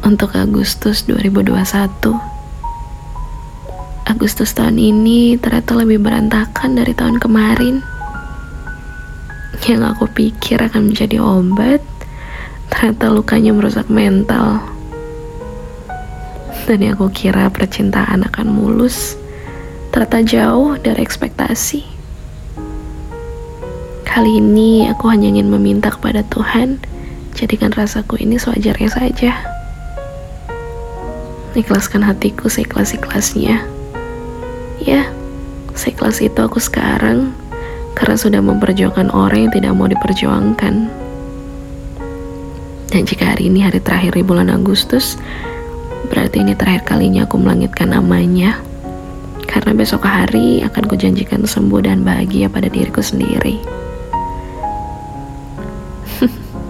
Untuk Agustus 2021. Agustus tahun ini ternyata lebih berantakan dari tahun kemarin. Yang aku pikir akan menjadi obat, ternyata lukanya merusak mental. Dan yang aku kira percintaan akan mulus, ternyata jauh dari ekspektasi. Kali ini aku hanya ingin meminta kepada Tuhan, jadikan rasaku ini sewajarnya saja. Ikhlaskan hatiku seikhlas-ikhlasnya. Ya, seikhlas itu aku sekarang, karena sudah memperjuangkan orang yang tidak mau diperjuangkan. Dan jika hari ini hari terakhir di bulan Agustus, berarti ini terakhir kalinya aku melangitkan namanya. Karena besok hari akan kujanjikan sembuh dan bahagia pada diriku sendiri.